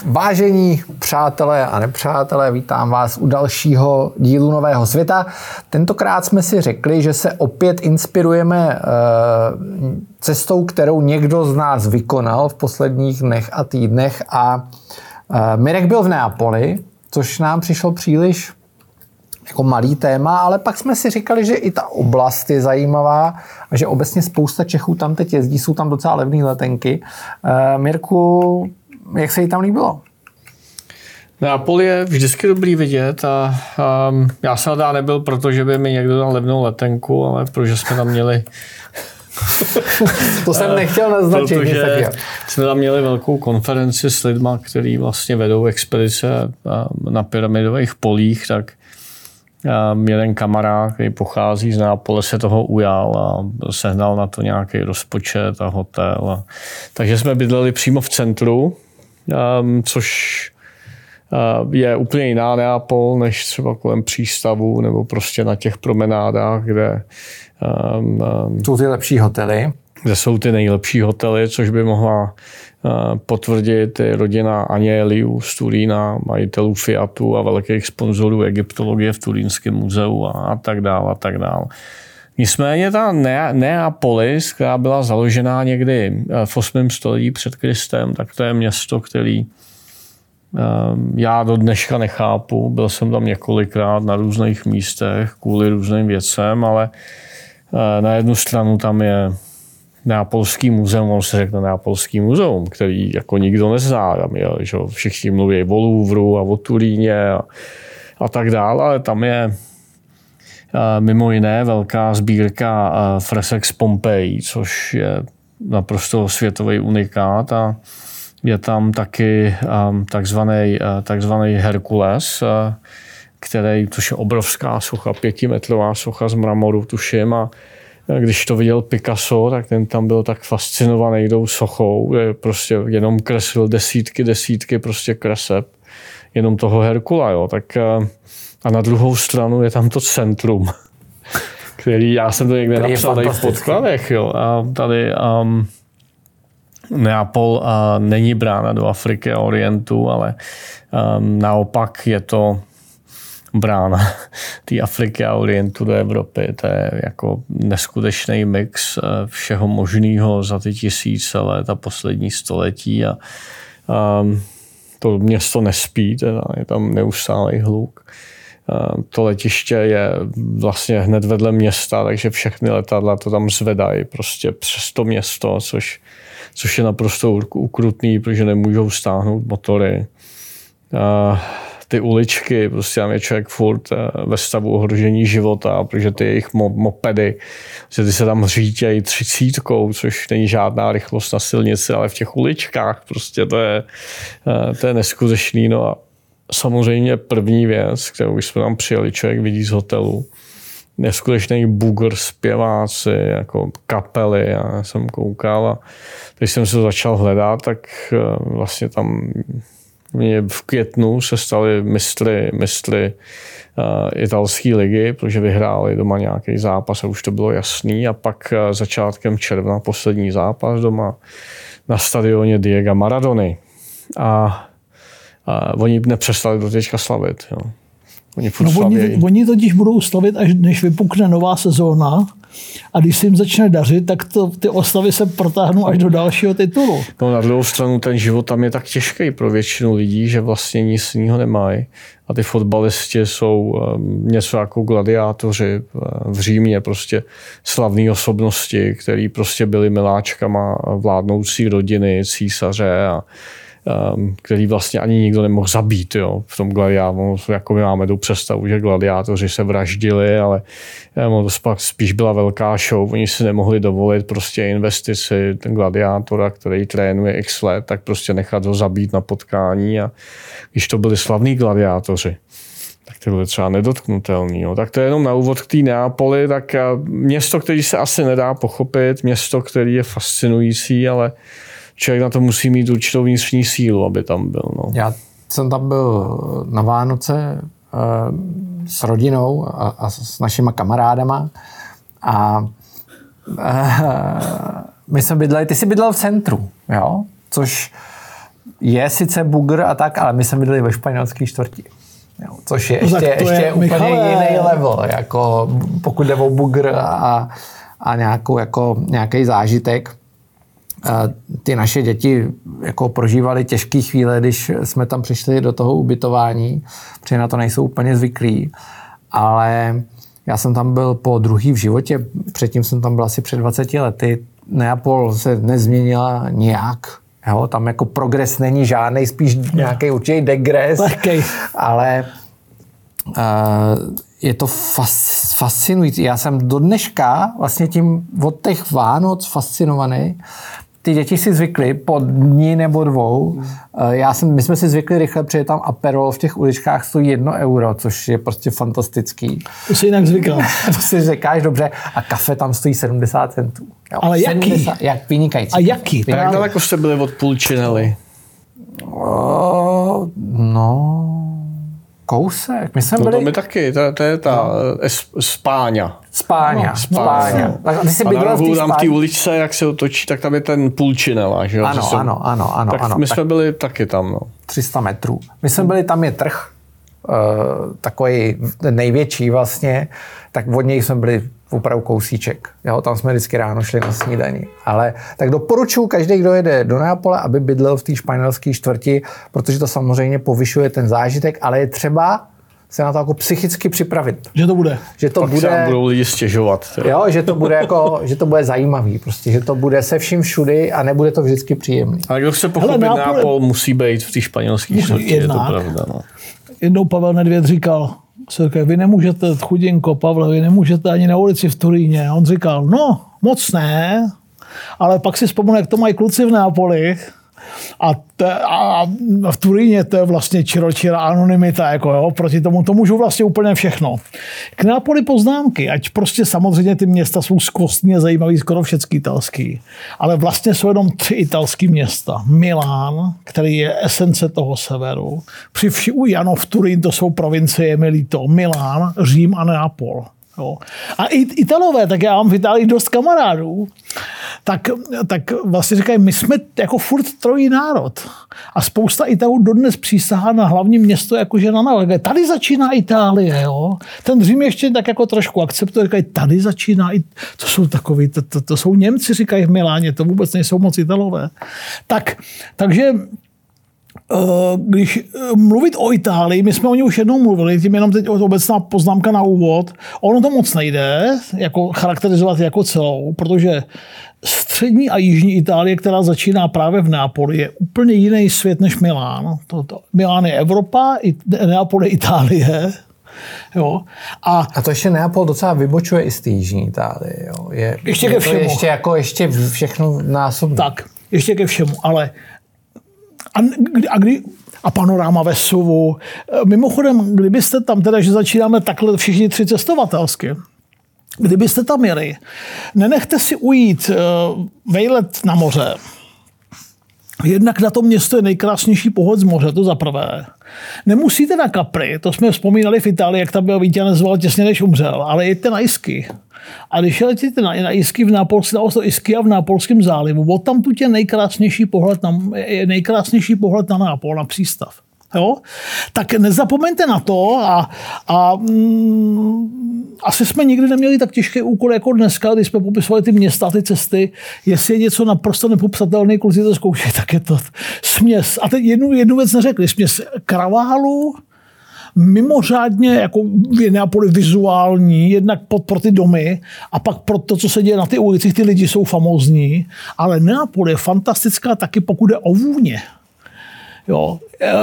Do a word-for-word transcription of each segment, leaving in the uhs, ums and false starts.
Vážení přátelé a nepřátelé, vítám vás u dalšího dílu Nového světa. Tentokrát jsme si řekli, že se opět inspirujeme cestou, kterou někdo z nás vykonal v posledních dnech a týdnech. A Mirek byl v Neapoli, což nám přišlo příliš jako malý téma, ale pak jsme si říkali, že i ta oblast je zajímavá a že obecně spousta Čechů tam teď jezdí, jsou tam docela levné letenky. Mirku, jak se jí tam líbilo? Neapol je vždycky dobrý vidět a um, já jsem tam nebyl, protože by mi někdo dal levnou letenku, ale protože jsme tam měli... to jsem nechtěl naznačit. Protože jsme tam měli velkou konferenci s lidma, kteří vlastně vedou expedice na pyramidových polích, tak um, jeden kamarád, který pochází z Neapole, se toho ujal a sehnal na to nějaký rozpočet a hotel. A, takže jsme bydleli přímo v centru, um, což je úplně jiná Neapol, než třeba kolem přístavu nebo prostě na těch promenádách, kde um, um, jsou ty lepší hotely. Kde jsou ty nejlepší hotely, což by mohla uh, potvrdit rodina Agnelliů z Turína, majitelů Fiatu a velkých sponzorů egyptologie v Turínském muzeu a, a tak dále a tak dále. Nicméně ta ne- Neapolis, která byla založená někdy v osmém století před Kristem, tak to je město, který já do dneška nechápu, byl jsem tam několikrát na různých místech kvůli různým věcem, ale na jednu stranu tam je Neapolský muzeum, on se řekne Neapolský muzeum, který jako nikdo nezná, tam je, že všichni mluví o Louvru a o Turíně a, a tak dále, ale tam je mimo jiné velká sbírka fresek z Pompeji, což je naprosto světový unikát a je tam taky um, takzvaný, uh, takzvaný Herkules, uh, který, což je obrovská socha, pětimetrová socha z mramoru, tuším. A když to viděl Picasso, tak ten tam byl tak fascinovaný tou sochou, že prostě jenom kreslil desítky, desítky prostě kreseb, jenom toho Herkula. Jo. Tak, uh, a na druhou stranu je tam to centrum, který já jsem to někde napsal tady v podkladech. Jo. A tady... Um, Neapol a není brána do Afriky a Orientu, ale um, naopak je to brána té Afriky a Orientu do Evropy. To je jako neskutečný mix všeho možného za ty tisíce let a poslední století. A um, to město nespí, teda je tam neustálý hluk. Um, to letiště je vlastně hned vedle města, takže všechny letadla to tam zvedají prostě přes to město, což což je naprosto ukrutný, protože nemůžou stáhnout motory. A ty uličky, prostě tam je člověk furt ve stavu ohrožení života, protože ty jejich mopedy, že ty se tam hřítějí třicítkou, což není žádná rychlost na silnici, ale v těch uličkách prostě to je, to je neskutečný. No a samozřejmě první věc, kterou když jsme tam přijeli, člověk vidí z hotelu, neskutečný bugr, zpěváci, jako kapely, já jsem koukal a když jsem se začal hledat, tak vlastně tam mě v květnu se stali mistry, mistry uh, italské ligy, protože vyhráli doma nějaký zápas a už to bylo jasný a pak uh, začátkem června poslední zápas doma na stadioně Diega Maradony a, a oni nepřestali do teďka slavit. Jo. Oni, no, oni, oni totiž budou slavit, až než vypukne nová sezóna a když se jim začne dařit, tak to, ty oslavy se protáhnou až do dalšího titulu. No, na druhou stranu ten život tam je tak těžký pro většinu lidí, že vlastně nic jiného nemají. A ty fotbalisti jsou um, něco jako gladiátoři v Římě, prostě slavné osobnosti, který prostě byli miláčkama vládnoucí rodiny, císaře a který vlastně ani nikdo nemohl zabít, jo, v tom gladiátoru. Jako my máme tu představu, že gladiátoři se vraždili, ale to spíš byla velká show. Oni si nemohli dovolit prostě investici ten gladiátora, který trénuje x let, tak prostě nechat ho zabít na potkání. A když to byli slavní gladiátoři, tak to bylo třeba nedotknutelný. Jo. Tak to je jenom na úvod k té Neapoli, tak město, který se asi nedá pochopit, město, který je fascinující, ale člověk na to musí mít určitou vnitřní sílu, aby tam byl. No. Já jsem tam byl na Vánoce uh, s rodinou a, a s našima kamarádama a uh, my jsme bydleli, ty jsi bydlel v centru, jo? Což je sice bugr a tak, ale my jsme bydleli ve španělské čtvrti. Jo, což je ještě, ještě je, úplně Michale. Jiný level, jako pokud jde o bugr a, a nějakou, jako, nějaký zážitek. Ty naše děti jako prožívaly těžké chvíle, když jsme tam přišli do toho ubytování, protože na to nejsou úplně zvyklí, ale já jsem tam byl po druhý v životě, předtím jsem tam byl asi před dvaceti lety. Neapol se nezměnila nijak. Jo, tam jako progres není žádnej, spíš nějaký určitý degres, Lehkej. ale uh, je to fas, fascinující. Já jsem do dneška vlastně tím od těch Vánoc fascinovaný. Ty děti si zvykly po dní nebo dvou. Hmm. Já jsem, my jsme si zvykli rychle, protože tam Aperol v těch uličkách stojí jedno euro, což je prostě fantastický. To si jinak zvykal. To si říkáš dobře. A kafe tam stojí sedmdesát centů. Jo, ale jaký? sedmdesát, jak vynikající. A jaký? Jak daleko jste byli od Pulcinelli? O, no... Kousek. My jsme no byli... to my taky, to, to je ta no. Spáňa. Spáňa, no, Spáňa. No. Ty jsi a na rohu v tam v té uličce, jak se otočí, tak tam je ten Pulcinella, že jo? Ano, jsou... ano, ano, ano. Tak ano. my jsme tak byli taky tam, no. tři sta metrů. My jsme byli, tam je trh, uh, takový největší vlastně, tak od něj jsme byli opravdu kousíček. Jo, tam jsme vždycky ráno šli na snídani. Ale tak doporučuji každý, kdo jede do Neapole, aby bydlel v té španělské čtvrti, protože to samozřejmě povyšuje ten zážitek, ale je třeba se na to jako psychicky připravit. Že to bude. Že to Pak bude, se budou lidi stěžovat. Jo, že to bude jako, že to bude zajímavý, prostě, že to bude se vším všudy a nebude to vždycky příjemný. Ale kdo chce pochopit, Hele, Neapol, Neapol musí být v té španělské čtvrti, je to pravda. No. Jednou Pavel Nedvěd říkal, vy nemůžete, chudinko, Pavle, vy nemůžete ani na ulici v Turíně. A on říkal, no, moc ne, ale pak si vzpomenu, jak to mají kluci v Neapoli. A, te, a v Turíně to je vlastně čiročira anonymita, jako jo, proti tomu to můžu vlastně úplně všechno. K Neapoli poznámky, ať prostě samozřejmě ty města jsou skvostně zajímavý, skoro všechny italský, ale vlastně jsou jenom tři italský města. Milán, který je esence toho severu, při vši, ano, v Turín to jsou provincie, milí to, Milán, Řím a Neapol. Jo. A i Italové, tak já mám v Itálii dost kamarádů, tak, tak vlastně říkají, my jsme jako furt trojí národ. A spousta Italů dodnes přísahá na hlavní město, jakože na národ. Tady začíná Itálie, jo. Ten Řím ještě tak jako trošku akceptuje, říkají, tady začíná, to jsou takový, to, to, to jsou Němci, říkají v Miláně, to vůbec nejsou moc Italové. Tak, takže když mluvit o Itálii, my jsme o ní už jednou mluvili, tím jenom teď obecná poznámka na úvod, ono to moc nejde jako charakterizovat jako celou, protože střední a jižní Itálie, která začíná právě v Neapoli, je úplně jiný svět než Milán. To, to, Milán je Evropa, Neapol je Itálie. Jo. A, a to ještě Neapol docela vybočuje i z té jižní Itálie. Jo. Je, ještě je ke všemu. Ještě, jako, ještě všechno násobně. Tak, ještě ke všemu, ale A, a, kdy, a panoráma Vesuvu. Mimochodem, kdybyste tam, teda, že začínáme takhle všichni tři cestovatelsky, kdybyste tam jeli, nenechte si ujít uh, vejlet na moře. Jednak na tom město je nejkrásnější pohled z moře, to za prvé. Nemusíte na Capri, to jsme vzpomínali v Itálii, jak tam byl vítězval těsně než umřel, ale jeďte na Isky. A když letíte na, na Isky v Nápolském, na Isky a v Nápolském zálivu, od tam tu je nejkrásnější pohled na, je nejkrásnější pohled na Nápol, na přístav. Jo? Tak nezapomeňte na to a, a mm, asi jsme nikdy neměli tak těžké úkoly jako dneska, když jsme popisovali ty města, ty cesty. Jestli je něco naprosto nepopsatelné, kluci to zkoušejí, tak je to směs. A teď jednu, jednu věc neřekli, směs kraválu, mimořádně jako v Neapoli vizuální, jednak pro, pro ty domy a pak pro to, co se děje na ty ulicích, ty lidi jsou famózní, ale Neapol je fantastická taky, pokud je o vůně. Jo.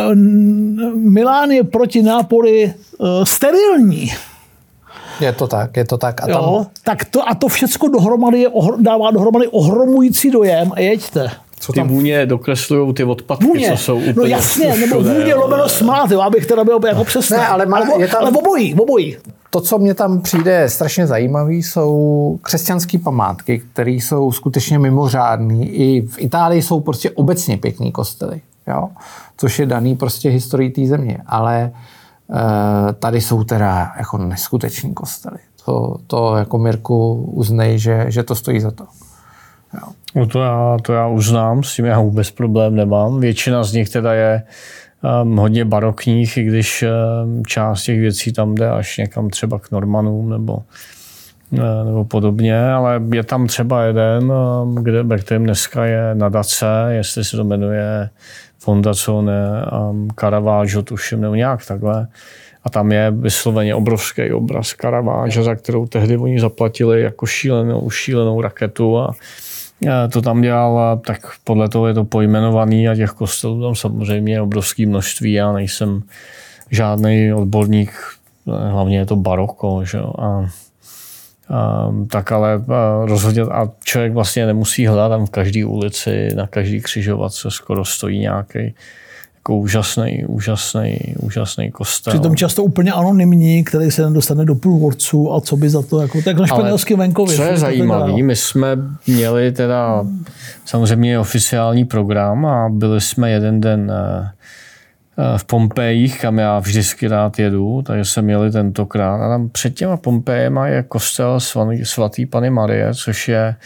Milán je proti Neapoli sterilní. Je to tak, je to tak. A, tam... jo, tak to, a to všecko dohromady je, dává dohromady ohromující dojem a jeďte. Co ty tam? Vůně dokreslujou ty odpadky, vůně. Co jsou úplně... No jasně, nebo vůně lomeno smrad, jo, abych teda byl jako přesný. Ne, ale, má, ale, je tam... ale obojí, obojí. To, co mě tam přijde strašně zajímavý, jsou křesťanské památky, které jsou skutečně mimořádné. I v Itálii jsou prostě obecně pěkný kostely, jo? Což je daný prostě historií té země. Ale e, tady jsou teda jako neskuteční kostely. To, to jako Mirku uznej, že, že to stojí za to. Jo. No to já, to já uznám, s tím já vůbec problém nemám. Většina z nich teda je um, hodně barokních, i když um, část těch věcí tam jde až někam třeba k Normanům nebo, ne, nebo podobně, ale je tam třeba jeden, um, kde, ve kterém dneska je nadace, jestli se to jmenuje Fondazione um, Caravaggio, tuším, nebo nějak takhle. A tam je vysloveně obrovský obraz Caravaggia, za kterou tehdy oni zaplatili jako šílenou, šílenou raketu a to tam dělal, tak podle toho je to pojmenovaný a těch kostelů tam samozřejmě je obrovské množství. Já nejsem žádný odborník, hlavně je to baroko, že jo. A, a, tak ale a rozhodně a člověk vlastně nemusí hledat, tam v každé ulici, na každý křižovatce skoro stojí nějaký jako úžasný, úžasný, úžasný kostel. Přitom často úplně anonymní, který se nedostane do průvodců a co by za to, jako tak na španělském venkově. Co je zajímavé, my jsme měli teda samozřejmě oficiální program a byli jsme jeden den v Pompejích, kam já vždycky rád jedu, takže jsme měli tentokrát. A tam před těma Pompejema je kostel svatý Panny Marie, což je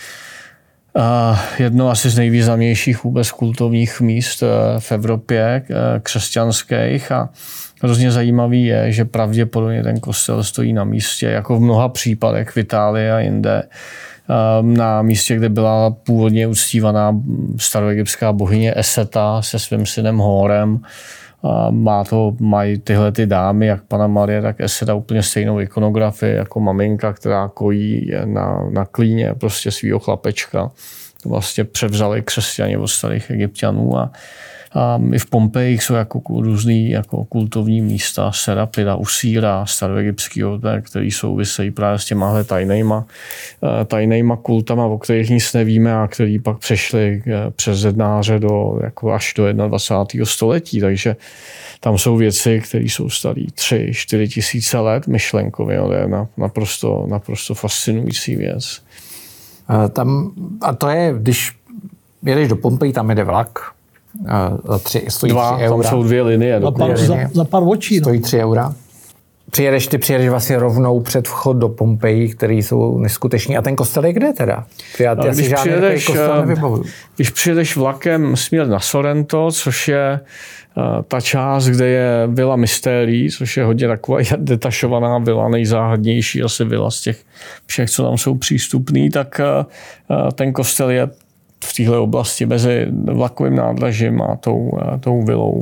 jedno asi z nejvýznamnějších vůbec kultovních míst v Evropě křesťanských a hrozně zajímavý je, že pravděpodobně ten kostel stojí na místě, jako v mnoha případech v Itálii a jinde, na místě, kde byla původně uctívaná staroegyptská bohyně Eseta se svým synem Hórem. Má to, mají tyhle ty dámy, jak Panna Marie, tak Eseta, úplně stejnou ikonografii jako maminka, která kojí na, na klíně prostě svýho chlapečka. Vlastně převzali křesťané od starých Egypťanů a, a i v Pompejích jsou jako různý jako kultovní místa, Serapida, Usíra, staroegyptského, který souvisejí právě s těmahle tajnejma, tajnejma kultama, o kterých nic nevíme a který pak přešli přes zednáře do, jako až do dvacátého prvního století. Takže tam jsou věci, které jsou staré tři, čtyři tisíce let myšlenkově. To je naprosto, naprosto fascinující věc. Tam, a to je, když jedeš do Pompeji, tam jede vlak, za tři, stojí Dva, tři eura. Tam jsou dvě linie. Za pár, za, za pár očí. Stojí tři eura. Přijedeš, ty přijedeš vlastně rovnou před vchod do Pompeji, které jsou neskuteční. A ten kostel je kde teda? Já, já si žádný přijedeš, kostel nevybavuju. Když přijedeš vlakem směr na Sorrento, což je ta část, kde je Villa Mysterii, což je hodně taková detašovaná vila, nejzáhadnější asi vila z těch všech, co tam jsou přístupný, tak ten kostel je v téhle oblasti mezi vlakovým nádražím a tou, tou vilou.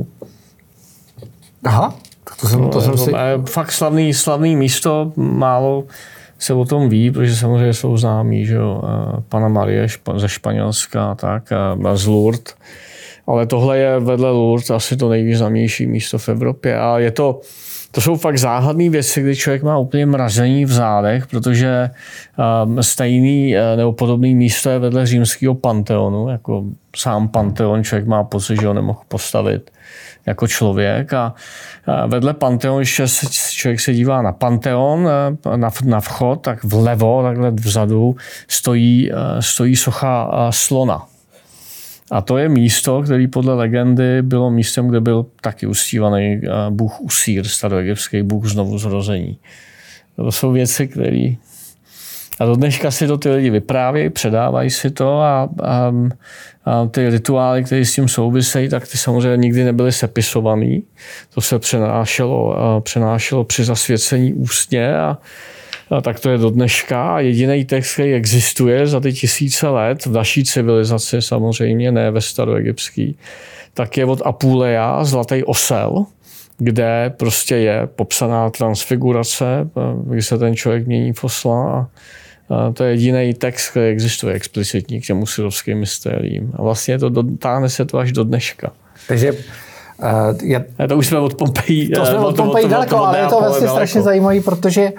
Aha, tak to jsem, to jsem si... Fakt slavný, slavný místo, málo se o tom ví, protože samozřejmě jsou známí, že jo, Panna Marie ze Španělska, tak, a z Lourdes. Ale tohle je vedle Lourdes asi to nejvýznamnější místo v Evropě. A je to, to jsou fakt záhadné věci, kdy člověk má úplně mrazení v zádech, protože um, stejný nebo podobný místo je vedle římského Panteonu. Jako sám Panteon člověk má pocit, že ho nemohl postavit jako člověk. A vedle Panteonu, když člověk se dívá na Panteon, na, na vchod, tak vlevo, takhle vzadu, stojí, stojí socha slona. A to je místo, které podle legendy bylo místem, kde byl taky uctívaný bůh Usír, staroegyptský bůh znovu zrození. To jsou věci, které... A do dneška si to ty lidi vyprávějí, předávají si to a, a, a ty rituály, které s tím souvisejí, tak ty samozřejmě nikdy nebyly sepisovaný. To se přenášelo, přenášelo při zasvěcení ústně a A tak to je do dneška. Jediný text, který existuje za ty tisíce let v naší civilizaci, samozřejmě ne ve staroegyptský, tak je od Apuleia Zlatý osel, kde prostě je popsaná transfigurace, kdy se ten člověk mění v osla. A to je jediný text, který existuje explicitní k těmu syrovským mystériím. A vlastně to táhne se to až do dneška. Takže uh, je, to už jsme od Pompeji. To jsme od Pompeji daleko, ale je to vlastně strašně zajímavé, protože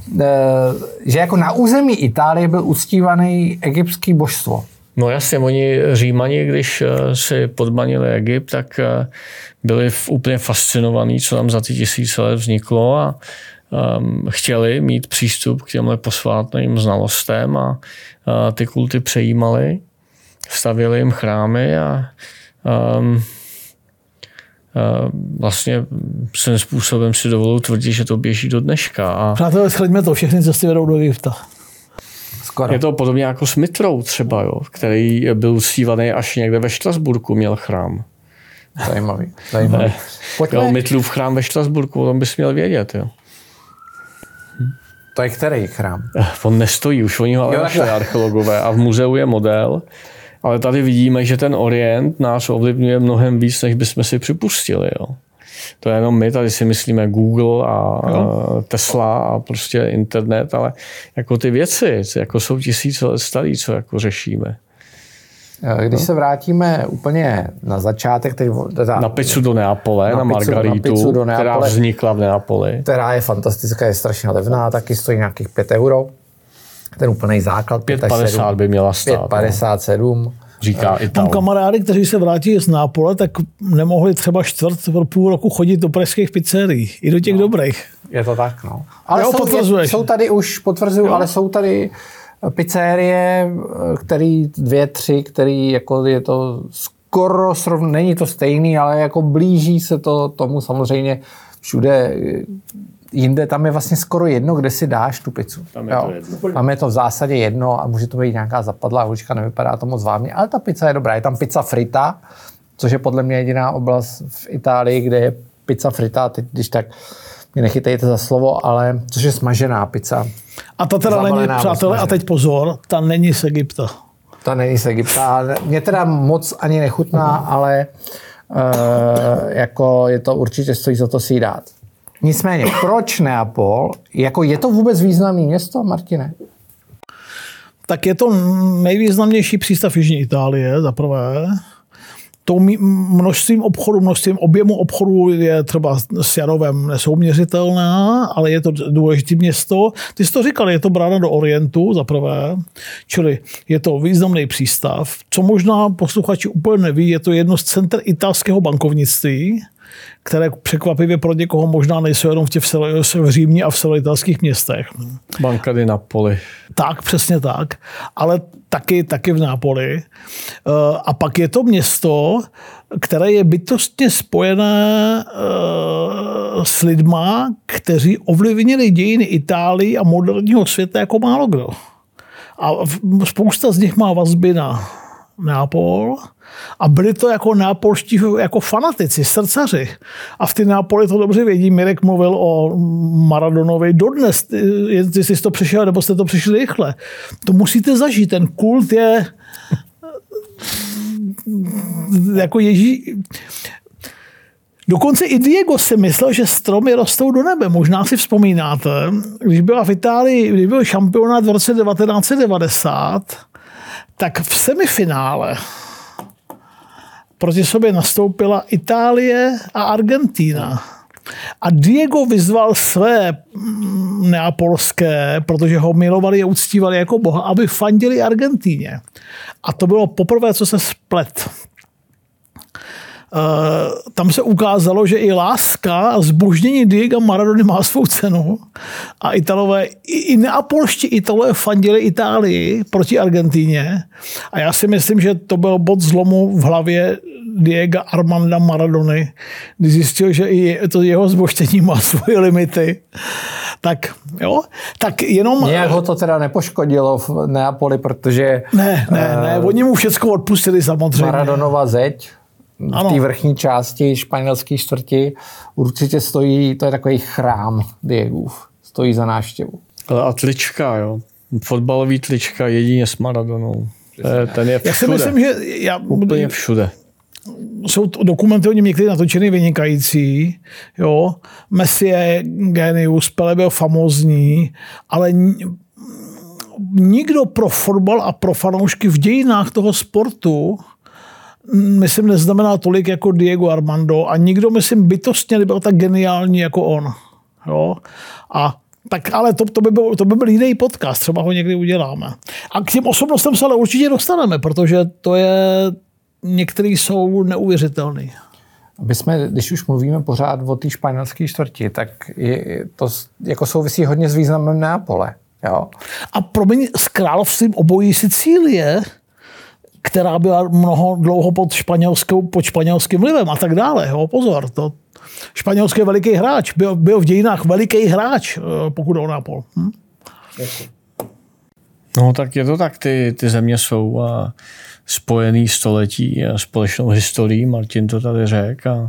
že jako na území Itálie byl uctívaný egyptský božstvo. No jasně, oni Římani, když si podmanili Egypt, tak byli úplně fascinovaní, co tam za ty tisíce let vzniklo a um, chtěli mít přístup k těmhle posvátným znalostem a, a ty kulty přejímali, stavěli jim chrámy a um, vlastně svým způsobem si dovoluji tvrdit, že to běží do dneška. A... Přátelé, shleďme to, všechny cesty vedou do Egypta. Skoro. Je to podobně jako s Mitrou třeba, jo, který byl uctívaný až někde ve Štrasburku, měl chrám. Zajímavý. Zajímavý. Jo, Mitrův chrám ve Štrasburku, o tom bys měl vědět. Jo. To je který chrám? On nestojí, už oni ho ale našli archeologové a v muzeu je model, ale tady vidíme, že ten Orient nás ovlivňuje mnohem víc, než bychom si připustili. Jo. To je jenom my, tady si myslíme Google a jo. Tesla a prostě internet, ale jako ty věci, jako jsou tisíce let starý, co jako řešíme. Když no. se vrátíme úplně na začátek, tedy, teda, na pizzu do Neapole, na, na na Margaritu, do Neapole, která vznikla v Neapoli. Která je fantastická, je strašně levná, taky stojí nějakých pět euro. Ten úplný základ. pět padesát by měla stát. pět padesát sedm. No. Říká i tam. Kamarády, kteří se vrátí z Neapole, tak nemohli třeba čtvrt půl roku chodit do pražských pizzerií. I do těch no. dobrých. Je to tak, no. Ale jo, jsou, je, jsou tady už, potvrzuju, ale jsou tady pizzerie, který dvě, tři, který jako je to skoro srovn, není to stejný, ale jako blíží se to tomu samozřejmě všude. Jinde tam je vlastně skoro jedno, kde si dáš tu pizzu. Tam je, to jedno. Tam je to v zásadě jedno a může to být nějaká zapadlá holička, nevypadá to moc vážně, ale ta pizza je dobrá. Je tam pizza frita, což je podle mě jediná oblast v Itálii, kde je pizza frita, teď, když tak mě nechytejte za slovo, ale což je smažená pizza. A ta teda není, přátelé, a teď pozor, ta není z Egypta. Ta není z Egypta. Mě teda moc ani nechutná, uh-huh. ale uh, jako je to určitě stojí za to si dát. Nicméně, proč Neapol? Jako je to vůbec významné město, Martine? Tak je to nejvýznamnější přístav Jižní Itálie, za prvé. To množstvím obchodu, množstvím objemu obchodu je třeba s Janovem nesouměřitelná, ale je to důležité město. Ty jsi to říkal, je to brána do Orientu, za prvé. Čili je to významný přístav. Co možná posluchači úplně neví, je to jedno z center italského bankovnictví, které překvapivě pro někoho možná nejsou jenom v těch v Římě a v celoitalských městech. Banka di Napoli. Tak, přesně tak. Ale taky, taky v Nápoli. A pak je to město, které je bytostně spojené s lidma, kteří ovlivnili dějiny Itálie a moderního světa jako málo kdo. A spousta z nich má vazby na Neapol. A byli to jako neapolští jako fanatici, srdcaři. A v ty Neapoli to dobře vědí. Mirek mluvil o Maradonovi dodnes. Jestli jsi to přešel, nebo jste to přišli rychle. To musíte zažít. Ten kult je jako Ježí... Dokonce i Diego si myslel, že stromy rostou do nebe. Možná si vzpomínáte, když byla v Itálii, když byl šampionát v roce devatenáct set devadesát, tak v semifinále proti sobě nastoupila Itálie a Argentína. A Diego vyzval své neapolské, protože ho milovali a uctívali jako boha, aby fandili Argentíně. A to bylo poprvé, co se splet. Tam se ukázalo, že i láska a zbožnění Diega Maradony má svou cenu. A Italové, i neapolští Italové fandili Itálii proti Argentíně. A já si myslím, že to byl bod zlomu v hlavě Diega Armanda Maradony, když zjistil, že i to jeho zbožtění má svoje limity. Tak jo, tak jenom... Nějak ho to teda nepoškodilo v Neapoli, protože... Ne, ne, ne, uh, oni mu všecko odpustili samozřejmě. Maradonova zeď v té vrchní části španělské čtvrti určitě stojí, to je takový chrám Diegův, stojí za návštěvu. Ale a trička, jo. Fotbalový trička jedině s Maradonou. Ten je všude. Já si myslím, že... Já, úplně všude. Jsou dokumenty o něm někdy natočený vynikající. Jo. Messi je genius, Pelé byl famózní, ale nikdo pro fotbal a pro fanoušky v dějinách toho sportu myslím, neznamená tolik jako Diego Armando a nikdo, myslím, bytostně nebyl tak geniální jako on. Jo? A tak, ale to, to, by byl, to by byl jiný podcast, třeba ho někdy uděláme. A k těm osobnostem se ale určitě dostaneme, protože to je, některý jsou neuvěřitelný. Aby jsme, když už mluvíme pořád o té španělské čtvrti, tak je, to jako souvisí hodně s významem Neapole. Jo? A promiň, s královstvím obojí Sicílie, která byla mnoho dlouho pod, španělskou, pod španělským vlivem a tak dále. Jo, pozor, to Španělský je veliký hráč. Byl, byl v dějinách veliký hráč, pokud o Neapol. Hm? No tak je to tak, ty, ty země jsou a spojený století a společnou historií, Martin to tady řekl. A,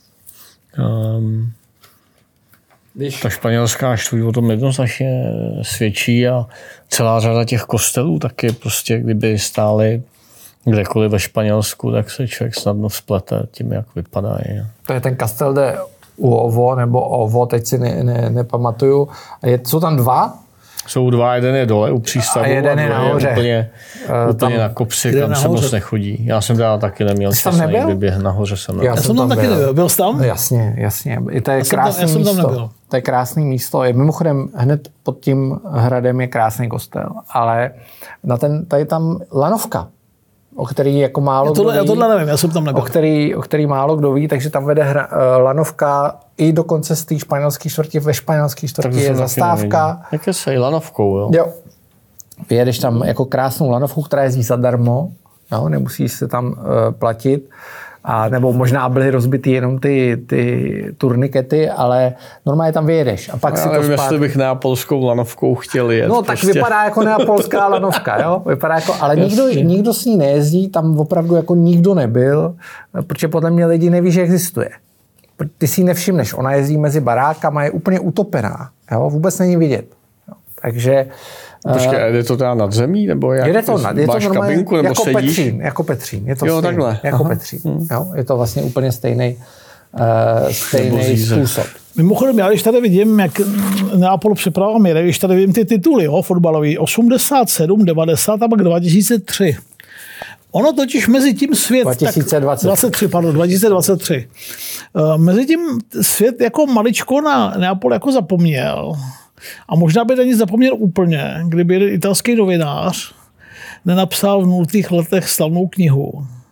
um, Když... ta španělská štůj o tom jednoznačně svědčí a celá řada těch kostelů taky prostě, kdyby stály kdekoliv ve Španělsku, tak se člověk snadno splete tím, jak vypadají. To je ten kastel de Uovo, nebo Ovo, teď si ne, ne, nepamatuju. Je, jsou tam dva? Jsou dva, jeden je dole u přístavu a jeden je nahoře. Je úplně, uh, úplně na kopci, kam nahoře. Se moc nechodí. Já jsem teda taky neměl čas na někdy běh nahoře. Jsem já, já jsem tam, tam taky nebyl. Byl jsi tam? Jasně, jasně. I to je já krásné jsem tam, já místo. To je krásné místo. Je, mimochodem, hned pod tím hradem je krásný kostel. Ale na ten, tady tam lanovka, o který jako málo já tohle, kdo ví. Já tohle nevím, já jsem tam nebyl. O který, o který málo kdo ví, takže tam vede hra, lanovka i dokonce z té španělské čtvrti. Ve španělské čtvrti je zastávka. Jak je se lanovkou, jo? Jo. Vyjedeš tam jako krásnou lanovku, která jezdí zadarmo, jo? Nemusíš se tam uh, platit. A nebo možná byly rozbitý jenom ty, ty turnikety, ale normálně tam vyjedeš. A pak já si nevím, to spát... jestli bych neapolskou lanovkou chtěl jet. No tak prostě. Vypadá jako neapolská lanovka, jo? Vypadá jako, ale nikdo, nikdo s ní nejezdí, tam opravdu jako nikdo nebyl, protože podle mě lidi neví, že existuje. Ty si ji nevšimneš, ona jezdí mezi barákama, je úplně utopená, jo? Vůbec není vidět. Jo? Takže Počkej, jde to teda nad zemí? Nebo jak? Jede to nad, je to normálně kabinku, nebo jako sedíš? Petřín, jako Petřín. Je to jo, stejný, takhle. Jako Aha. Petřín. Hmm. Jo? Je to vlastně úplně stejný, uh, stejný způsob. Mimochodem, já když tady vidím, jak Neapol připravil míry, když tady vidím ty tituly, jo, fotbalový, osmdesát sedm, devadesát a pak dva tisíce tři. Ono totiž mezi tím svět... dva tisíce dvacet. Tak, dvacet tři, pardon, dva tisíce dvacet tři. Uh, mezi tím svět jako maličko na Neapol jako zapomněl. A možná by ani zapomněl úplně, kdyby italský novinář nenapsal v nultých letech slavnou knihu,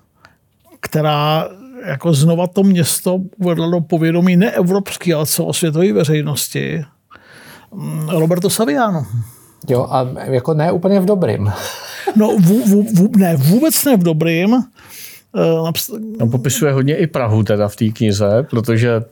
která jako znova to město uvedla do povědomí ne evropský, ale celosvětové veřejnosti. Roberto Saviano. Jo, a jako ne úplně v dobrým. No vů, vů, vů, ne, vůbec ne v dobrým. On popisuje hodně i Prahu teda v té knize, protože...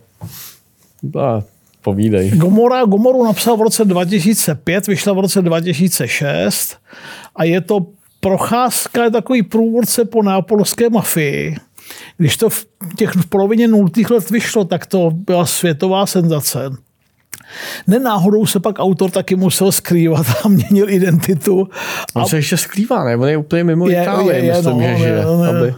A, povídej. Gomora, Gomoru napsal v roce dva tisíce pět, vyšla v roce dva tisíce šest a je to procházka, je takový průvodce po neapolské mafii. Když to v těch v polovině nultých let vyšlo, tak to byla světová senzace. Nenáhodou se pak autor taky musel skrývat a měnil identitu. On a... se ještě skrývá, ne? On je úplně mimo je, Itálii, je, je, myslím, no, že žije. Aby...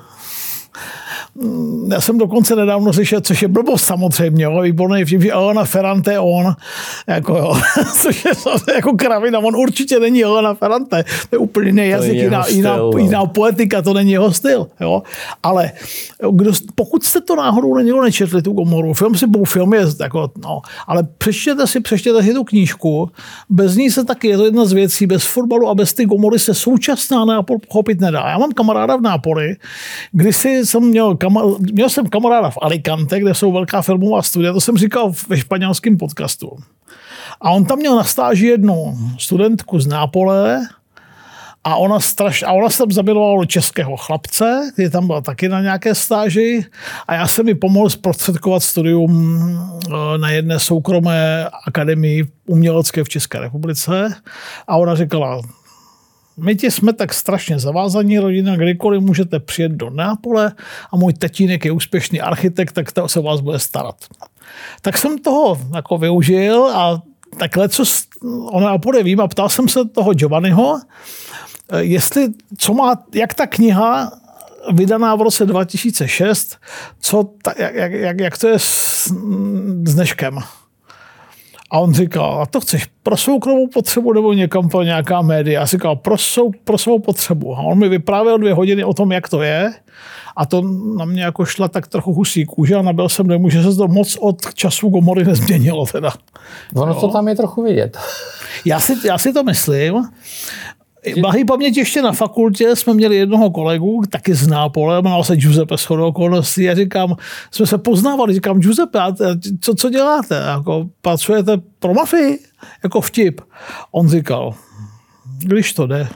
Já jsem dokonce nedávno slyšel, což je blbost samozřejmě, jo, výborný vtip, že Elena Ferrante on, jako jo, což je jako kravina, on určitě není Elena Ferrante, to je úplně jiný jazyk, jiná, styl, jiná, no. jiná poetika, to není jeho styl, jo, ale kdo, pokud jste to náhodou někdo nečetli, tu Gomoru, film si byl film je jako, no, ale přečtěte si, přečtěte si tu knížku, bez ní se taky, je to jedna z věcí, bez fotbalu a bez ty Gomory se současná Neapol pochopit nedá. Já mám kamaráda v Nápoli, kdysi jsem měl Měl jsem kamaráda v Alicante, kde jsou velká filmová studia, to jsem říkal ve španělském podcastu. A on tam měl na stáži jednu studentku z Nápole a ona, straš, a ona se tam zamilovala do českého chlapce, který tam byl taky na nějaké stáži a já jsem mi pomohl zprostředkovat studium na jedné soukromé akademii umělecké v České republice a ona říkala, my ti jsme tak strašně zavázaní rodina, kdykoliv můžete přijet do Neapole a můj tatínek je úspěšný architekt, tak to se vás bude starat. Tak jsem toho jako využil a takhle, co o Neapole vím a ptal jsem se toho Giovanniho, jestli, co má, jak ta kniha vydaná v roce dva tisíce šest, co ta, jak, jak, jak to je s, s dneškem. A on říkal, a to chceš pro soukromou potřebu nebo někam pro nějaká média? Já říkal, pro, sou, pro svou potřebu. A on mi vyprávěl dvě hodiny o tom, jak to je. A to na mě jako šla tak trochu husí kůže a nabil jsem dojmu, že se to moc od času Gomory nezměnilo. Teda. Ono to tam je trochu vidět. Já si, já si to myslím. Blahý paměť ještě na fakultě jsme měli jednoho kolegu, taky z Nápole, jmenoval se Giuseppe shodou okolností a říkám, jsme se poznávali, říkám, Giuseppe, co, co děláte? Jako, pracujete pro mafii? Jako vtip. On říkal, když to jde.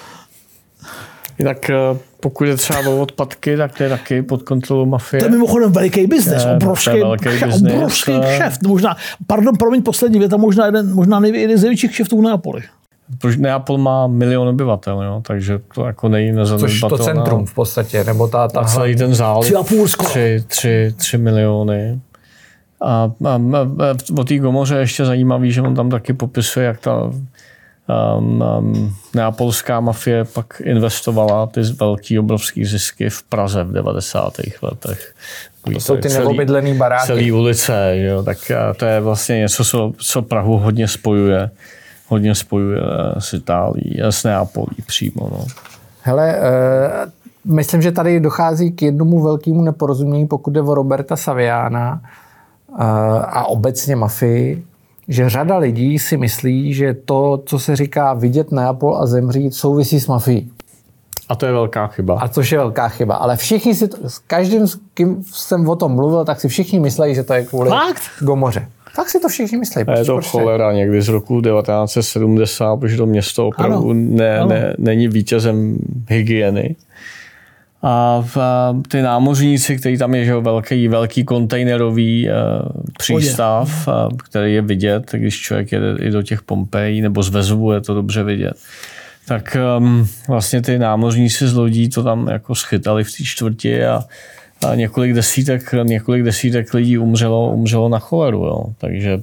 Jinak pokud je třeba o odpadky, tak to je taky pod kontrolou mafie. To je mimochodem veliký biznes, obrovský, obrovský kšeft. Možná, pardon, promiň, poslední věta, možná jeden, možná největší, jeden z největších kšeftů v Nápoli. Neapol má milion obyvatel, jo, takže to jako není nezanedbatelné. Což to centrum v podstatě, nebo ta... ta a celý ten záliv. Tři a půl skoro. Tři, tři, tři miliony. A, a, a o té Gomoře ještě zajímavý, že on tam taky popisuje, jak ta um, um, neapolská mafie pak investovala ty velký obrovský zisky v Praze v devadesátých letech. To jsou ty neobydlený baráky. Celý ulice, jo, tak to je vlastně něco, co, co Prahu hodně spojuje. Hodně spojuje s Itálií a s Neapolí přímo. No. Hele, uh, myslím, že tady dochází k jednomu velkému neporozumění, pokud jde o Roberta Saviana uh, a obecně mafii, že řada lidí si myslí, že to, co se říká vidět Neapol a zemřít, souvisí s mafií. A to je velká chyba. A což je velká chyba. Ale všichni si, to, s každým, s kým jsem o tom mluvil, tak si všichni myslí, že to je kvůli Fakt? Gomoře. Tak si to všichni myslí. A je to cholera někdy z roku devatenáct set sedmdesát, protože to město opravdu ano, ne, ano. Ne, není vítězem hygieny. A v, ty námořníci, který tam je, že velký, velký kontejnerový uh, přístav, uh, který je vidět, když člověk jede i do těch Pompejí nebo z Vezuvu, je to dobře vidět. Tak um, vlastně ty námořníci z lodí to tam jako schytali v té čtvrti a, a několik desítek, několik desítek lidí umřelo, umřelo na choleru. Jo. Takže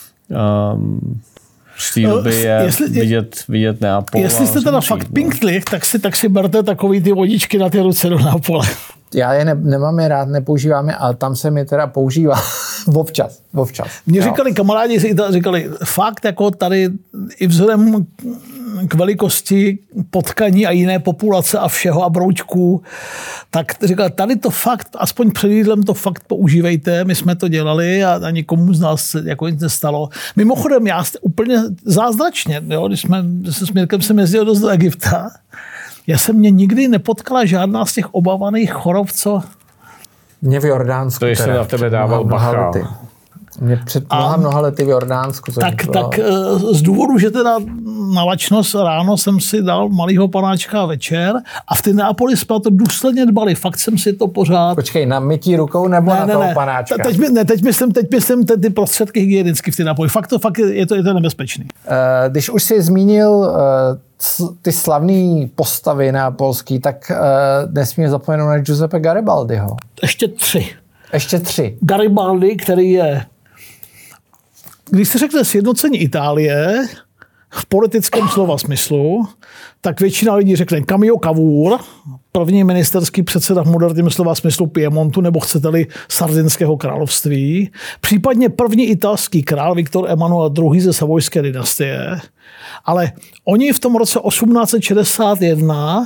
um, z té doby je jestli, vidět, vidět Neapol. Jestli jste teda fakt no. pinktli, tak si, tak si berte takový ty vodičky na ty ruce do Neapole. Já je ne, nemám je rád, nepoužívám je, ale tam se mi teda používá občas. občas. Mně říkali kamarádi, říkali fakt jako tady i vzhledem k velikosti potkaní a jiné populace a všeho a broučků, tak říkali, tady to fakt, aspoň před jídlem to fakt používejte, my jsme to dělali a, a nikomu z nás se jako nic nestalo. Mimochodem, já úplně zázračně, jo, když jsme se s Mirkem jsem jezdil dost do Egypta, já jsem mě nikdy nepotkala žádná z těch obávaných chorob, co... Mě v Jordánsku. To jsi na tebe dával bacha. Mě před mnoha, mnoha lety v Jordánsku. Tak, tak z důvodu, že teda na lačnost ráno jsem si dal malýho panáčka večer a v ty Neapoli jsme to důsledně dbali. Fakt jsem si to pořád... Počkej, na mytí rukou nebo ne, na ne, toho ne. panáčka? Teď, ne, teď myslím, teď myslím ty, ty prostředky hygienicky v ty Neapoli. Fakt to, fakt je, to, je to nebezpečný. Když už jsi zmínil ty slavné postavy neapolský, tak nesmíme zapomenout na Giuseppe Garibaldiho. Ještě tři. Ještě tři. Garibaldi, který je... Když se řekne sjednocení Itálie v politickém slova smyslu, tak většina lidí řekne Camillo Cavour, první ministerský předseda v moderním slova smyslu Piemontu, nebo chcete-li Sardinského království, případně první italský král Viktor Emanuel druhý. Ze Savojské dynastie. Ale oni v tom roce osmnáct set šedesát jedna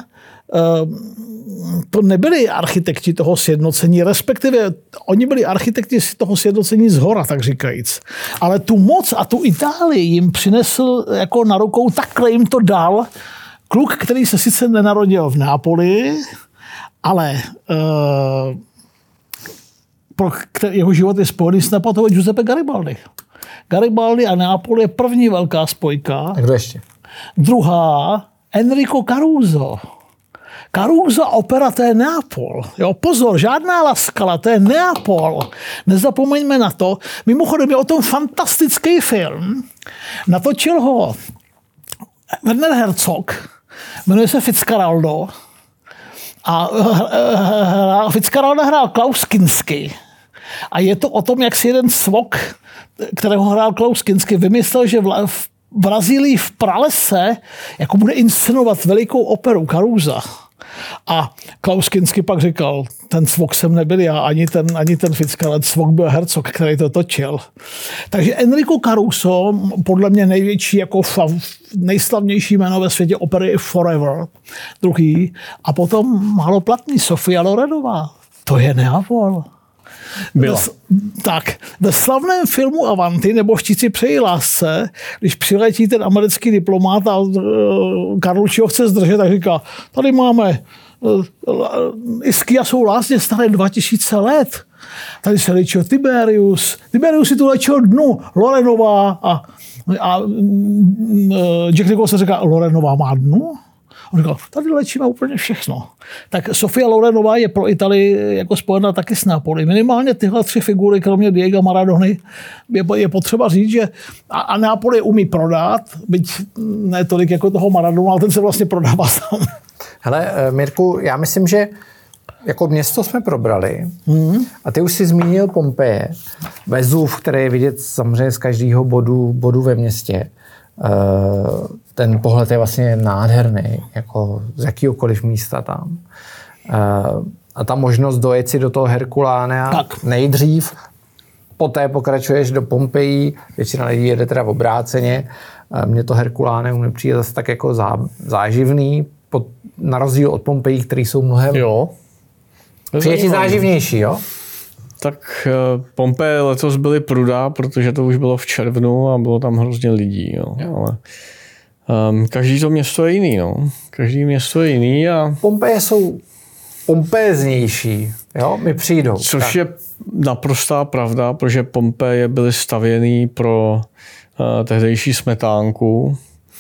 to nebyli architekti toho sjednocení, respektive oni byli architekti toho sjednocení zhora, tak říkajíc. Ale tu moc a tu Itálii jim přinesl jako na rukou, takhle jim to dal kluk, který se sice nenarodil v Neapoli, ale uh, pro jeho život je spojený s Neapoliem Giuseppe Garibaldi. Garibaldi a Neapol je první velká spojka. A kdo ještě? Druhá Enrico Caruso. Caruso opera, to je Neapol. Jo, pozor, žádná La Scala, to je Neapol. Nezapomeňme na to. Mimochodem je o tom fantastický film. Natočil ho Werner Herzog, jmenuje se Fitzcarraldo. A Fitzcarraldo hrál Klaus Kinski. A je to o tom, jak si jeden cvok, kterého hrál Klaus Kinski, vymyslel, že v Brazílii v pralese jako bude inscenovat velikou operu Carusa. A Klaus Kinski pak říkal, ten cvok jsem nebyl já, ani ten, ani ten Fitzcarraldo, cvok byl Herzog, který to točil. Takže Enrico Caruso, podle mě největší, jako nejslavnější jméno ve světě opery je Forever, druhý. A potom maloplatný Sofia Lorenová. To je Neapol. Byla. Tak, ve slavném filmu Avanti, nebo Štíci přeji lásce, když přiletí ten americký diplomát a Carlucci ho chce zdržet, tak říká, tady máme Ischia jsou lásně staré dva tisíce let. Tady se léčil Tiberius. Tiberius si tu léčil dnu. Lorenová a, a Jack Nicholson se říká, Lorenová má dnu? On říkal, tady léčíme úplně všechno. Tak Sofia Lorenová je pro Italii jako spojena taky s Napoli. Minimálně tyhle tři figury, kromě Diega Maradony, je, je potřeba říct, že a, a Napoli umí prodat, byť ne tolik jako toho Maradona, ale ten se vlastně prodává sám. Hele, Mirku, já myslím, že jako město jsme probrali hmm. a ty už jsi zmínil Pompeje, Vezuv, který je vidět samozřejmě z každého bodu, bodu ve městě. Ten pohled je vlastně nádherný, jako z jakýhokoliv místa tam. A ta možnost dojet si do toho Herkulánea tak. nejdřív, poté pokračuješ do Pompejí, většina lidí jede teda obráceně. Mně to Herkuláneum nepřijde zase tak jako zá, záživný, pod, na rozdíl od Pompejí, které jsou mnohem jo. přijetí záživnější, jo? Tak Pompeje letos byly prudá, protože to už bylo v červnu a bylo tam hrozně lidí. Jo. Jo. Ale um, každý to město je jiný. No. Každý město je jiný. A Pompeje jsou pompéznější. Jo? Mi přijdou. Což tak. je naprostá pravda, protože Pompeje byly stavěný pro uh, tehdejší smetánku.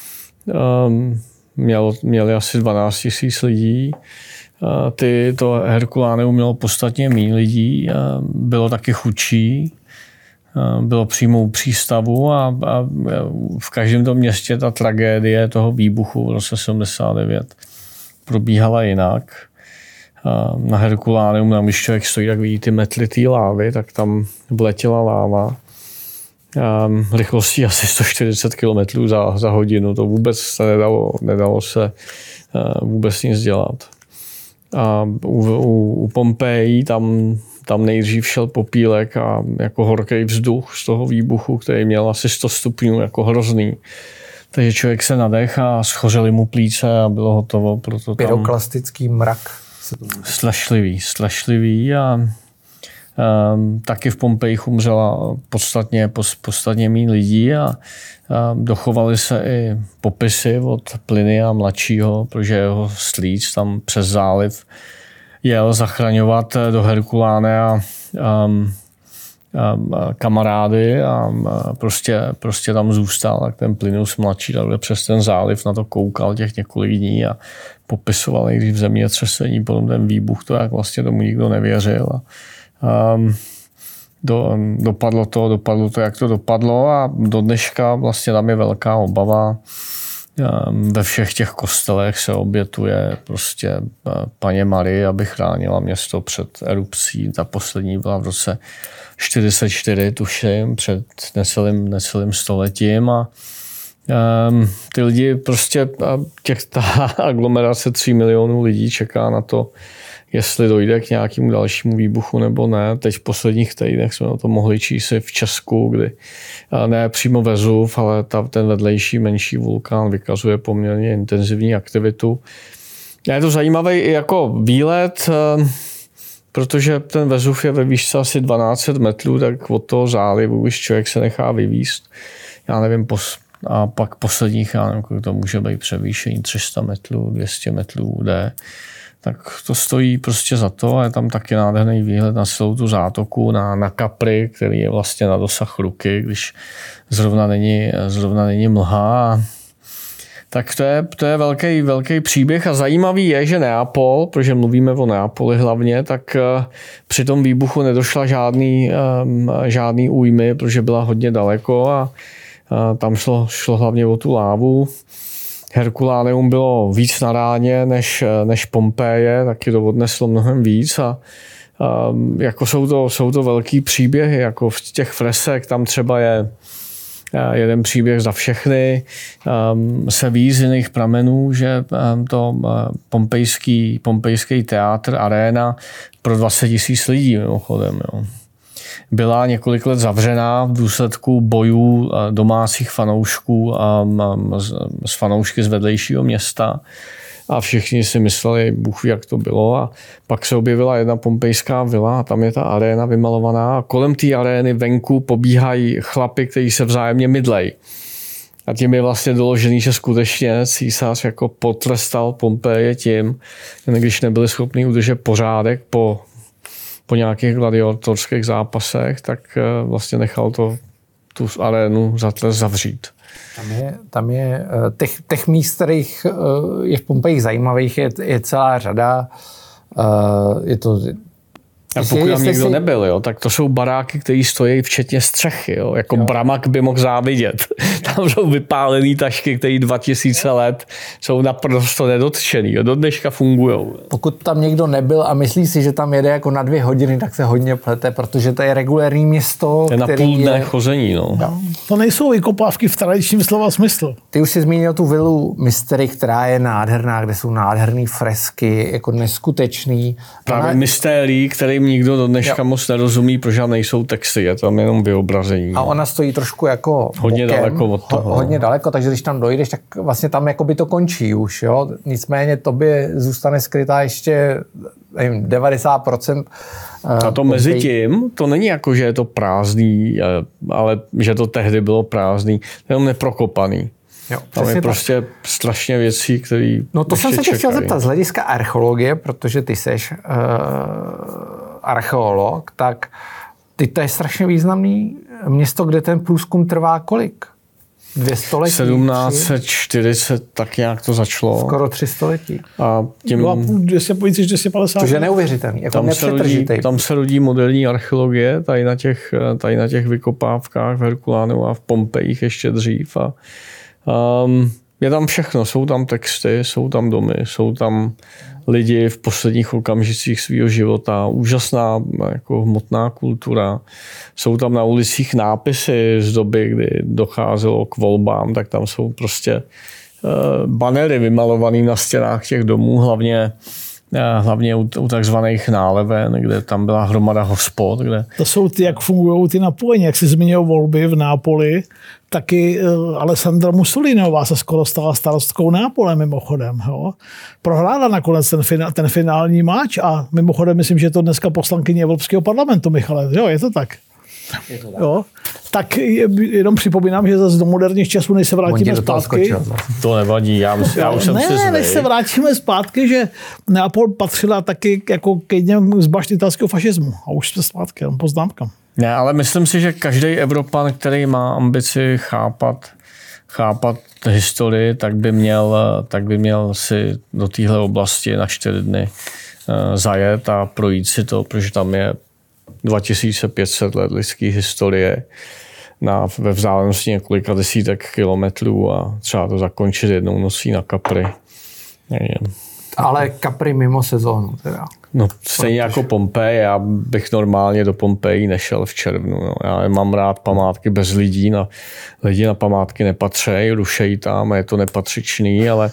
Um, měl, měli asi dvanáct tisíc lidí. Ty, to Herkuláneum mělo podstatně méně lidí, bylo taky chudší, bylo přímo u přístavu a, a v každém tom městě ta tragédie toho výbuchu v roce sedmdesát devět probíhala jinak. Na Herkuláneum, tam když člověk stojí, tak vidí ty metly té lávy, tak tam vletěla láva. Rychlostí asi sto čtyřicet kilometrů za, za hodinu, to vůbec se nedalo, nedalo se vůbec nic dělat. A u, u, u Pompeji tam, tam nejdřív šel popílek a jako horký vzduch z toho výbuchu, který měl asi sto stupňů, jako hrozný. Takže člověk se nadech a schořely mu plíce a bylo hotovo. Proto tam pyroklastický mrak. Strašlivý, strašlivý a um, taky v Pompejích umřela podstatně, podstatně méně lidí a um, dochovaly se i popisy od Plynia mladšího, protože jeho strýc tam přes záliv jel zachraňovat do Herkulánea um, um, kamarády a um, prostě, prostě tam zůstal. Tak ten Plinius mladší takhle přes ten záliv na to koukal těch několik dní a popisoval, když v zemětřesení, potom ten výbuch, to jak vlastně tomu nikdo nevěřil. A, um, do, dopadlo to, dopadlo to, jak to dopadlo a do dneška vlastně tam je velká obava. Um, ve všech těch kostelech se obětuje prostě Panně Marii, aby chránila město před erupcí. Ta poslední byla v roce čtyřicet čtyři, tuším, před necelým, necelým stoletím a Um, ty lidi prostě, těch, ta aglomerace tří milionů lidí čeká na to, jestli dojde k nějakému dalšímu výbuchu nebo ne. Teď v posledních týdnech jsme o tom mohli číst v Česku, kdy ne přímo Vezuv, ale ta, ten vedlejší menší vulkán vykazuje poměrně intenzivní aktivitu. Je to zajímavý i jako výlet, protože ten Vezuv je ve výšce asi dvanáct set metrů, tak od toho zálivu, když člověk se nechá vyvízt, já nevím, pos a pak posledních, já nevím, kolik to může být převýšení tři sta metrů, dvě stě metrů jde, tak to stojí prostě za to a je tam taky nádherný výhled na celou tu zátoku, na, na Capri, který je vlastně na dosah ruky, když zrovna není, zrovna není mlha. Tak to je, to je velký, velký příběh a zajímavý je, že Neapol, protože mluvíme o Neapoli hlavně, tak při tom výbuchu nedošla žádný, žádný újmy, protože byla hodně daleko a tam šlo, šlo hlavně o tu lávu. Herkuláneum bylo víc na ráně než, než Pompeje, taky to odneslo mnohem víc. A, a jako jsou to, jsou to velký příběhy, jako v těch fresek, tam třeba je jeden příběh za všechny. Um, se ví z jiných pramenů, že um, to um, pompejský, pompejský teátr, aréna pro dvacet tisíc lidí mimochodem, jo. Byla několik let zavřená v důsledku bojů domácích fanoušků a z fanoušky z vedlejšího města. A všichni si mysleli, Bůh ví, jak to bylo. A pak se objevila jedna pompejská vila a tam je ta aréna vymalovaná. A kolem té arény venku pobíhají chlapi, kteří se vzájemně mydlejí. A tím je vlastně doložený, že skutečně císař jako potrestal Pompeje tím, když nebyli schopni udržet pořádek po po nějakých gladiatorských zápasech, tak vlastně nechal to tu arénu zavřít. Tam je, tam je těch, těch míst, kterých je v Pompejích zajímavých, je, je celá řada. Je to... A pokud tam někdo si... nebyl, jo, tak to jsou baráky, které stojí včetně střechy. Jo. Jako jo. Bramak by mohl závidět. Tam jsou vypálené tašky, které dva tisíce let jsou naprosto nedotčený. Jo. Do dneška fungují. Pokud tam někdo nebyl a myslí si, že tam jede jako na dvě hodiny, tak se hodně plete, protože to je regulérní město, je který na půl dne je... chození. No. No, to nejsou vykopávky v tradičním slova smyslu. Ty už jsi zmínil tu vilu Mystery, která je nádherná, kde jsou nádherné fresky, jako neskutečný. Právě Ona... mystérii, který nikdo do dneška jo. moc nerozumí, protože tam nejsou texty, je tam jenom vyobrazení. A ona stojí trošku jako hodně bokem, daleko od toho. Ho, hodně daleko, takže když tam dojdeš, tak vlastně tam jako by to končí už. Jo? Nicméně tobě zůstane skrytá ještě nevím, devadesát procent. A to mezi tím, to není jako, že je to prázdný, ale že to tehdy bylo prázdný, to je jenom neprokopaný. Jo, tam je prostě tak. strašně věcí, které No to jsem se tě chtěl zeptat z hlediska archeologie, protože ty seš uh, archeolog, tak ty to je strašně významný město, kde ten průzkum trvá kolik? Dvě století? sedmnáct set čtyřicet, tak nějak to začalo. Skoro tři století. A tím... dvě stě padesát. Což je neuvěřitelný, jako tam se, rodí, tam se rodí moderní archeologie, tady na těch, tady na těch vykopávkách v Herkulánu a v Pompejích ještě dřív. A Um, je tam všechno, jsou tam texty, jsou tam domy, jsou tam lidi v posledních okamžicích svého života, úžasná jako hmotná kultura, jsou tam na ulicích nápisy z doby, kdy docházelo k volbám, tak tam jsou prostě uh, banery vymalované na stěnách těch domů, hlavně hlavně u, u takzvaných náleven, kde tam byla hromada hospod. Kde... To jsou ty, jak fungují ty napojení. Jak jsi zmínil volby v Nápoli, taky Alessandra Mussolinová se skoro stala starostkou Nápole mimochodem. Jo. Prohrála nakonec ten, finál, ten finální máč a mimochodem myslím, že je to dneska poslankyně Evropského parlamentu, Michale. Jo, je to tak. Je to tak. Jo. Tak jenom připomínám, že zase do moderních časů, než se vrátíme zpátky. To nevadí, já, já už jsem ne, si Ne, než se vrátíme zpátky, že Neapol patřila taky jako k jedním z bašt italského fašismu. A už jsme zpátky, jenom poznámka. Ne, ale myslím si, že každý Evropan, který má ambici chápat, chápat historii, tak by měl, tak by měl si do téhle oblasti na čtyři dny zajet a projít si to, protože tam je dva tisíce pět set let lidské historie na, ve vzdálenosti několika desítek kilometrů a třeba to zakončit jednou nocí na Capri. Nevím. Ale Capri mimo sezónu teda. No stejně jako Pompeji, já bych normálně do Pompeji nešel v červnu. No. Já mám rád památky bez lidí, na, lidi na památky nepatří, rušejí tam, je to nepatřičný, ale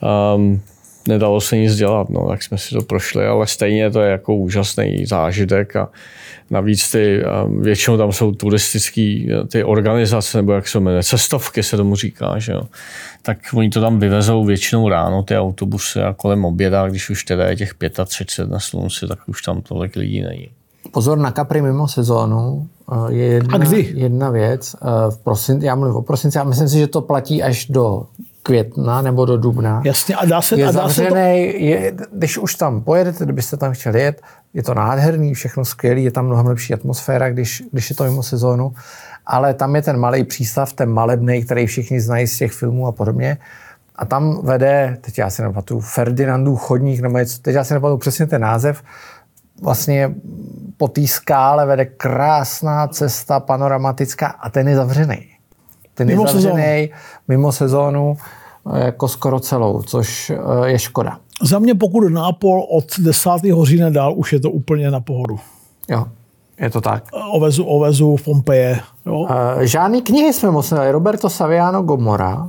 um, nedalo se nic dělat, no, tak jsme si to prošli, ale stejně to je jako úžasný zážitek a navíc ty, většinou tam jsou turistické ty organizace, nebo jak se jmenuje, cestovky se tomu říká, že jo. Tak oni to tam vyvezou většinou ráno, ty autobusy a kolem oběda, když už teda je těch třicet pět na slunci, tak už tam tolik lidí není. Pozor na Capri mimo sezónu je jedna, jedna věc. V prosinci, já mluvím o prosinci, já myslím si, že to platí až do května nebo do dubna. Jasně, a dá se, je a dá zavřený, se to... je, když už tam pojedete, kdybyste tam chtěli jet, je to nádherný, všechno skvělý, je tam mnohem lepší atmosféra, když, když je to mimo sezónu, ale tam je ten malý přístav, ten Malebnej, který všichni znají z těch filmů a podobně. A tam vede, teď já si nepamatuju, Ferdinandův chodník, nebo něco, teď já si nepamatuju přesně ten název, vlastně po té skále vede krásná cesta panoramatická a ten je zavřený. Ten je mimo zavřený sezónu. mimo sezónu jako skoro celou, což je škoda. Za mě pokud Nápol od desátého října dál, už je to úplně na pohodu. Jo, je to tak. Ovezu, ovezu v Pompeje. Jo. Žádný knihy jsme moc nedali. Roberto Saviano Gomorra,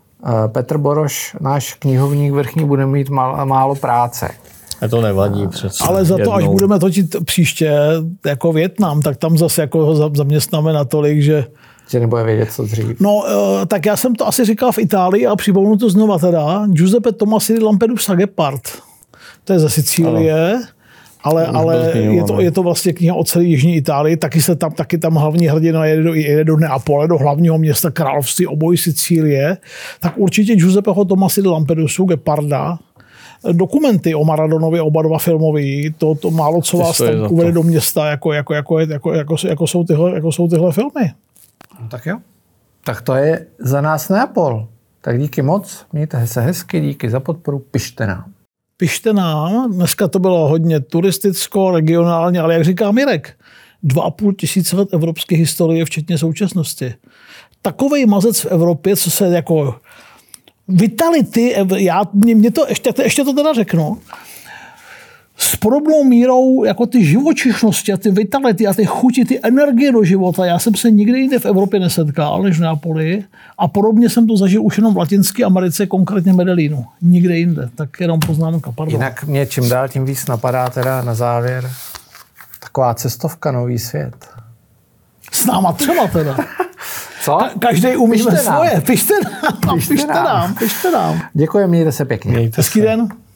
Petr Boroš, náš knihovník vrchní, bude mít málo, málo práce. A to nevadí přece. Ale za to, jednou. až budeme točit příště jako Vietnam, tak tam zase jako ho zaměstnáme natolik, že že nebude vědět, co dřív. No, tak já jsem to asi říkal v Itálii a připomenu to znova teda. Giuseppe Tomasi di Lampedusa Gepard. To je ze Sicílie, ano. ale, ale je, to, je to vlastně kniha o celé jižní Itálii. Taky se tam, taky tam hlavní hrdina jede do, jede do Neapole, do hlavního města království obojí Sicílie. Tak určitě Giuseppeho Tomasi di Lampedusu Geparda. Dokumenty o Maradonovi, oba dva filmový, to, to málo co vás tam uvede do města, jako, jako, jako, jako, jako, jako, jsou tyhle, jako jsou tyhle filmy. No, tak jo. Tak to je za nás Neapol. Tak díky moc, mějte se hezky, díky za podporu, pište nám. Pište nám, dneska to bylo hodně turisticko, regionálně, ale jak říká Mirek, dva a půl tisíce let evropské historie, včetně současnosti. Takovej mazec v Evropě, co se jako vitality, já, mě, mě to, ještě, ještě to teda řeknu, s podobnou mírou jako ty živočišnosti a ty vitality a ty chuti, ty energie do života. Já jsem se nikdy jinde v Evropě nesetkal, než v Neapoli. A podobně jsem to zažil už jenom v Latinské Americe, konkrétně Medellínu. Nikde jinde. Tak jenom poznámka. Pardon. Jinak mě čím dál tím víc napadá teda na závěr taková cestovka nový svět. S náma třeba teda. Co? Ka- každý umíme svoje. Pište nám. Pište Pište nám. nám. Pište nám. Děkuji, mějte se pěkně. Mějte Hezký se. den.